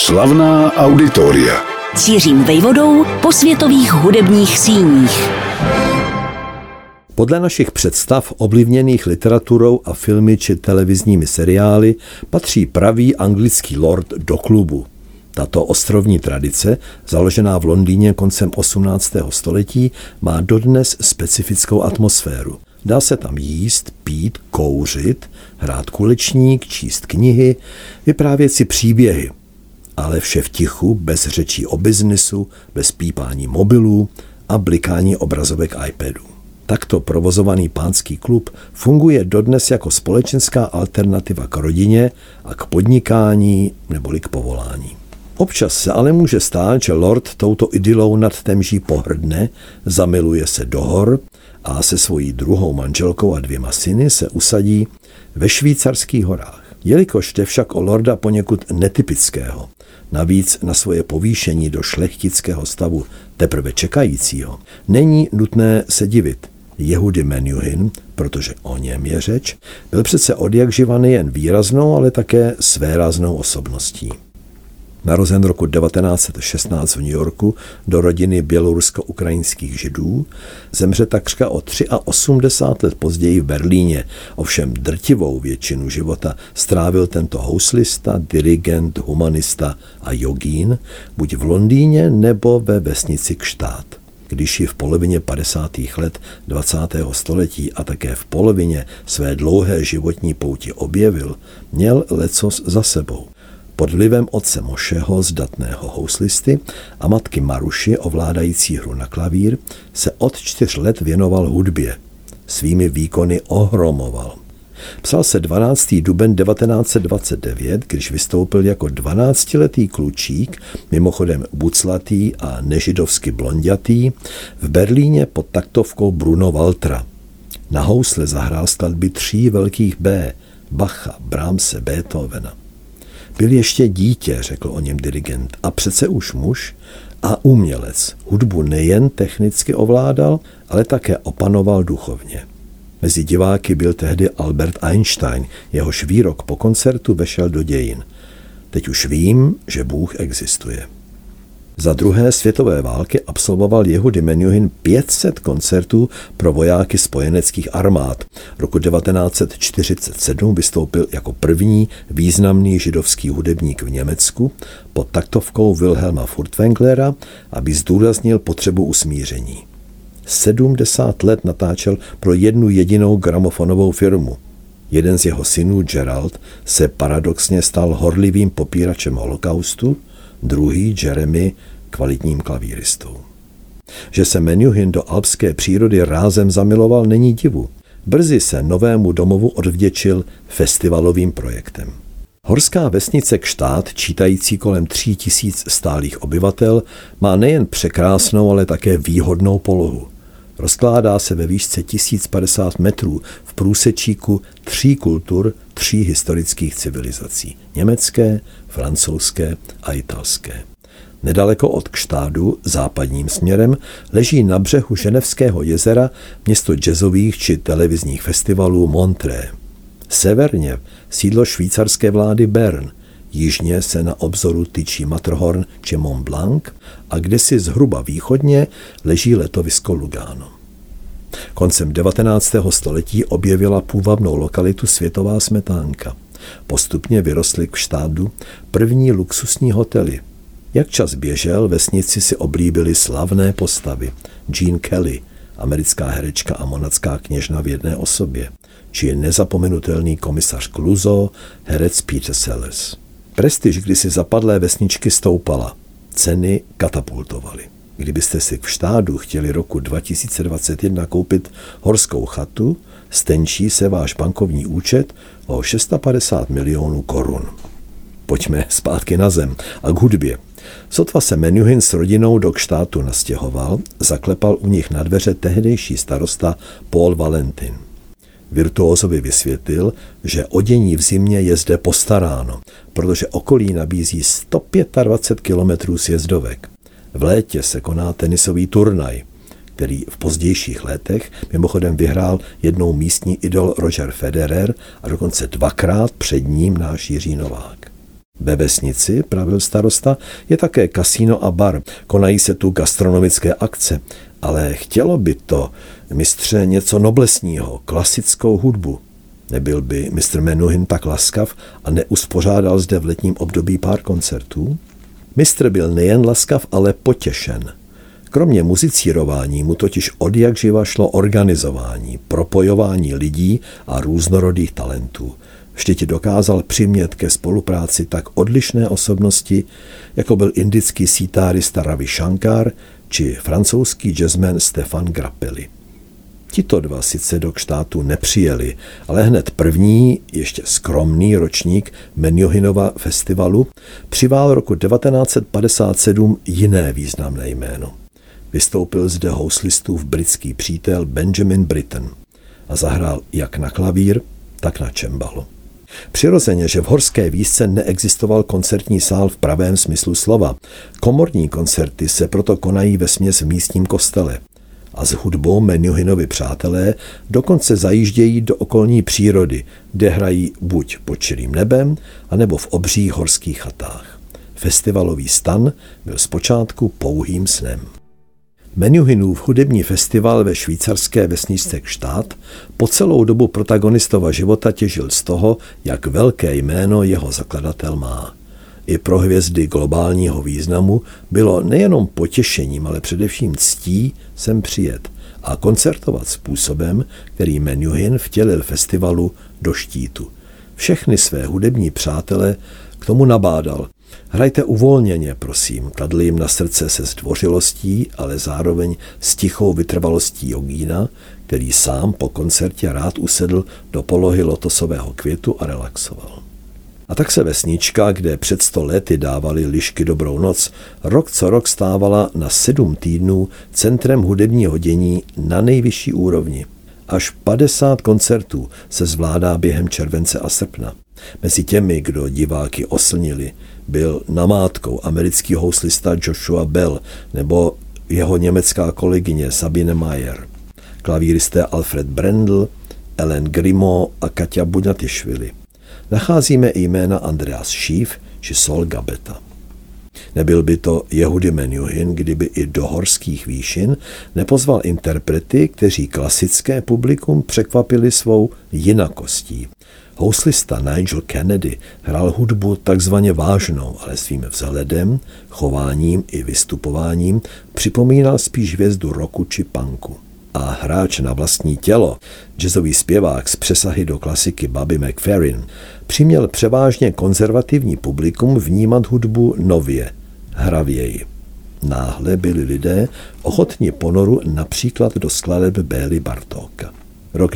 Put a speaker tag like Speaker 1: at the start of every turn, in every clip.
Speaker 1: Slavná auditoria.
Speaker 2: Cířím vejvodou po světových hudebních síních.
Speaker 3: Podle našich představ, ovlivněných literaturou a filmy či televizními seriály, patří pravý anglický lord do klubu. Tato ostrovní tradice, založená v Londýně koncem 18. století, má dodnes specifickou atmosféru. Dá se tam jíst, pít, kouřit, hrát kulečník, číst knihy, vyprávět si příběhy. Ale vše v tichu, bez řečí o biznisu, bez pípání mobilů a blikání obrazovek iPadů. Takto provozovaný pánský klub funguje dodnes jako společenská alternativa k rodině a k podnikání neboli k povolání. Občas se ale může stát, že lord touto idylou nad Temží pohrdne, zamiluje se do hor a se svojí druhou manželkou a 2 syny se usadí ve švýcarských horách. Jelikož jde však o lorda poněkud netypického, navíc na svoje povýšení do šlechtického stavu teprve čekajícího, není nutné se divit. Jehudy Menuhin, protože o něm je řeč, byl přece odjakživa nejen výraznou, ale také svéráznou osobností. Narozen roku 1916 v New Yorku do rodiny bělorusko-ukrajinských židů, zemře takřka o 83 let později v Berlíně, ovšem drtivou většinu života strávil tento houslista, dirigent, humanista a jogín buď v Londýně nebo ve vesnici Gstaad. Když ji v polovině 50. let 20. století a také v polovině své dlouhé životní pouti objevil, měl lecos za sebou. Pod vlivem otce Mošeho, zdatného houslisty, a matky Maruši, ovládající hru na klavír, se od 4 let věnoval hudbě. Svými výkony ohromoval. Psal se 12. duben 1929, když vystoupil jako 12letý klučík, mimochodem buclatý a nežidovsky blondětý, v Berlíně pod taktovkou Bruno Waltera. Na housle zahrál skladby 3 velkých B, Bacha, Brahmse, Beethovena. Byl ještě dítě, řekl o něm dirigent, a přece už muž a umělec. Hudbu nejen technicky ovládal, ale také opanoval duchovně. Mezi diváky byl tehdy Albert Einstein, jehož výrok po koncertu vešel do dějin. Teď už vím, že Bůh existuje. Za druhé světové války absolvoval Jehudy Menuhin 500 koncertů pro vojáky spojeneckých armád. Roku 1947 vystoupil jako první významný židovský hudebník v Německu pod taktovkou Wilhelma Furtwänglera, aby zdůraznil potřebu usmíření. 70 let natáčel pro jednu jedinou gramofonovou firmu. Jeden z jeho synů, Gerald, se paradoxně stal horlivým popíračem holokaustu, druhý, Jeremy, kvalitním klavíristou. Že se Menuhin do alpské přírody rázem zamiloval, není divu. Brzy se novému domovu odvděčil festivalovým projektem. Horská vesnice Gstaad, čítající kolem 3000 stálých obyvatel, má nejen překrásnou, ale také výhodnou polohu. Rozkládá se ve výšce 1050 metrů v průsečíku 3 kultur, 3 historických civilizací. Německé, francouzské a italské. Nedaleko od Gstaadu, západním směrem, leží na břehu Ženevského jezera město jazzových či televizních festivalů Montreux. Severně sídlo švýcarské vlády Bern, jižně se na obzoru tyčí Matterhorn či Mont Blanc a kdesi zhruba východně leží letovisko Lugano. Koncem 19. století objevila půvabnou lokalitu světová smetánka. Postupně vyrostly k Gstaadu první luxusní hotely. Jak čas běžel, vesnici si oblíbily slavné postavy. Gene Kelly, americká herečka a monacká kněžna v jedné osobě, či nezapomenutelný komisař Clouseau, herec Peter Sellers. Prestiž kdysi zapadlé vesničky stoupala, ceny katapultovaly. Kdybyste si v Gstaadu chtěli roku 2021 koupit horskou chatu, stenčí se váš bankovní účet o 650 milionů korun. Pojďme zpátky na zem a k hudbě. Sotva se Menuhin s rodinou do Gstaadu nastěhoval, zaklepal u nich na dveře tehdejší starosta Paul Valentin. Virtuózovi vysvětlil, že odění v zimě je zde postaráno, protože okolí nabízí 125 kilometrů sjezdovek. V létě se koná tenisový turnaj, který v pozdějších letech mimochodem vyhrál jednou místní idol Roger Federer a dokonce 2krát před ním náš Jiří Novák. Ve vesnici, pravil starosta, je také kasíno a bar. Konají se tu gastronomické akce, ale chtělo by to, mistře, něco noblesního, klasickou hudbu. Nebyl by mistr Menuhin tak laskav a neuspořádal zde v letním období pár koncertů? Mistr byl nejen laskav, ale potěšen. Kromě muzicírování mu totiž odjakživa šlo organizování, propojování lidí a různorodých talentů. Vždyť dokázal přimět ke spolupráci tak odlišné osobnosti, jako byl indický sítárista Ravi Shankar či francouzský jazzman Stefan Grappelli. Tito dva sice do Kštátu nepřijeli, ale hned první, ještě skromný ročník Menuhinova festivalu přivál roku 1957 jiné významné jméno. Vystoupil zde houslistův britský přítel Benjamin Britten a zahrál jak na klavír, tak na čembalo. Přirozeně, že v Horské Výšce neexistoval koncertní sál v pravém smyslu slova. Komorní koncerty se proto konají vesměs v místním kostele. A s hudbou Menuhinovi přátelé dokonce zajíždějí do okolní přírody, kde hrají buď pod širým nebem, anebo v obřích horských chatách. Festivalový stan byl zpočátku pouhým snem. Menuhinův hudební festival ve švýcarské vesničce Kštát po celou dobu protagonistova života těžil z toho, jak velké jméno jeho zakladatel má. I pro hvězdy globálního významu bylo nejenom potěšením, ale především ctí sem přijet a koncertovat způsobem, který Menuhin vtělil festivalu do štítu. Všechny své hudební přátele k tomu nabádal. Hrajte uvolněně, prosím, kladl jim na srdce se zdvořilostí, ale zároveň s tichou vytrvalostí jogína, který sám po koncertě rád usedl do polohy lotosového květu a relaxoval. A tak se vesnička, kde před 100 lety dávali lišky dobrou noc, rok co rok stávala na 7 týdnů centrem hudebního dění na nejvyšší úrovni. Až 50 koncertů se zvládá během července a srpna. Mezi těmi, kdo diváky oslnili, byl namátkou americký houslista Joshua Bell nebo jeho německá kolegyně Sabine Mayer, klavíristé Alfred Brendel, Ellen Grimaud a Katia Buňatyšvili. Nacházíme i jména Andreas Schiff či Sol Gabetta. Nebyl by to Jehudy Menuhin, kdyby i do Horských výšin nepozval interprety, kteří klasické publikum překvapili svou jinakostí. Houslista Nigel Kennedy hrál hudbu takzvaně vážnou, ale svým vzhledem, chováním i vystupováním připomínal spíš hvězdu rocku či punku. A hráč na vlastní tělo, jazzový zpěvák z přesahy do klasiky Bobby McFerrin, přiměl převážně konzervativní publikum vnímat hudbu nově, hravěji. Náhle byli lidé ochotni ponoru například do skladeb Bély Bartóka. Rok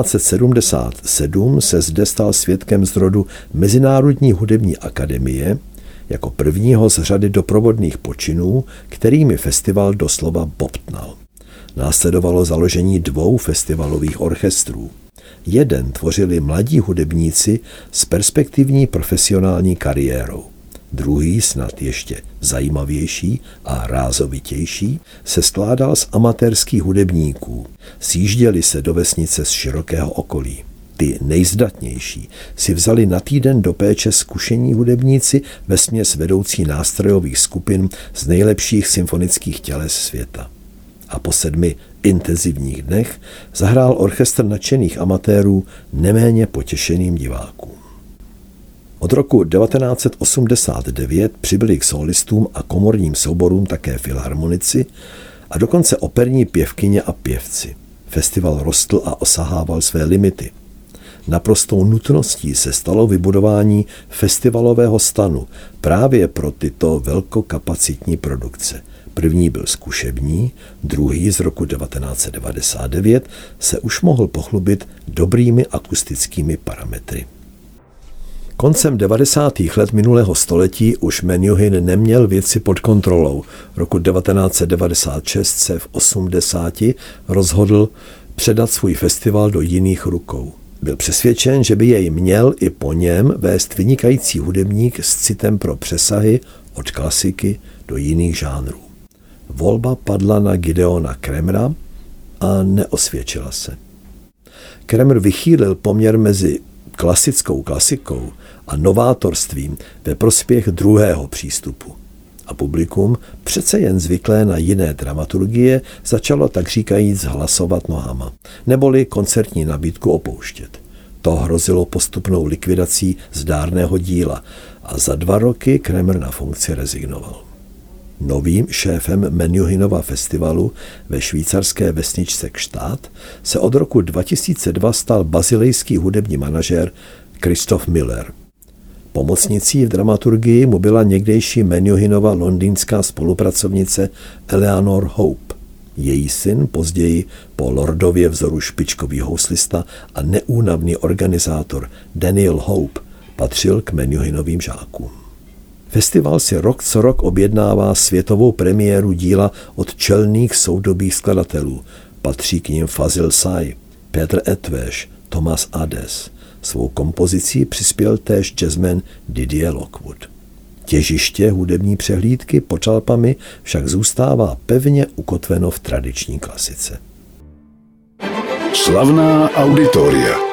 Speaker 3: 1977 se zde stal svědkem zrodu Mezinárodní hudební akademie jako prvního z řady doprovodných počinů, kterými festival doslova bobtnal. Následovalo založení 2 festivalových orchestrů. Jeden tvořili mladí hudebníci s perspektivní profesionální kariérou. Druhý, snad ještě zajímavější a rázovitější, se skládal z amatérských hudebníků. Sjížděli se do vesnice z širokého okolí. Ty nejzdatnější si vzali na týden do péče zkušení hudebníci vesměs vedoucí nástrojových skupin z nejlepších symfonických těles světa. A po 7 intenzivních dnech zahrál orchestr nadšených amatérů neméně potěšeným divákům. Od roku 1989 přibyli k solistům a komorním souborům také filharmonici a dokonce operní pěvkyně a pěvci. Festival rostl a osahával své limity. Naprostou nutností se stalo vybudování festivalového stanu právě pro tyto velkokapacitní produkce. První byl zkušební, druhý z roku 1999 se už mohl pochlubit dobrými akustickými parametry. Koncem 90. let minulého století už Menuhin neměl věci pod kontrolou. Roku 1996 se v 80 rozhodl předat svůj festival do jiných rukou. Byl přesvědčen, že by jej měl i po něm vést vynikající hudebník s citem pro přesahy od klasiky do jiných žánrů. Volba padla na Gideona Kremera a neosvědčila se. Kremer vychýlil poměr mezi klasickou klasikou a novátorstvím ve prospěch druhého přístupu. A publikum, přece jen zvyklé na jiné dramaturgie, začalo tak říkajíc hlasovat nohama, neboli koncertní nabídku opouštět. To hrozilo postupnou likvidací zdárného díla a za 2 roky Kremer na funkci rezignoval. Novým šéfem Menuhinova festivalu ve švýcarské vesničce Gstaad se od roku 2002 stal bazilejský hudební manažer Christoph Miller. Pomocnicí v dramaturgii mu byla někdejší Menuhinova londýnská spolupracovnice Eleanor Hope. Její syn později po Lordově vzoru špičkový houslista a neúnavný organizátor Daniel Hope patřil k Menuhinovým žákům. Festival si rok co rok objednává světovou premiéru díla od čelných soudobých skladatelů. Patří k nim Fazil Say, Petr Eötvös, Thomas Adès. Svou kompozicí přispěl též jazzman Didier Lockwood. Těžiště hudební přehlídky pod Alpami však zůstává pevně ukotveno v tradiční klasice.
Speaker 1: Slavná auditoria.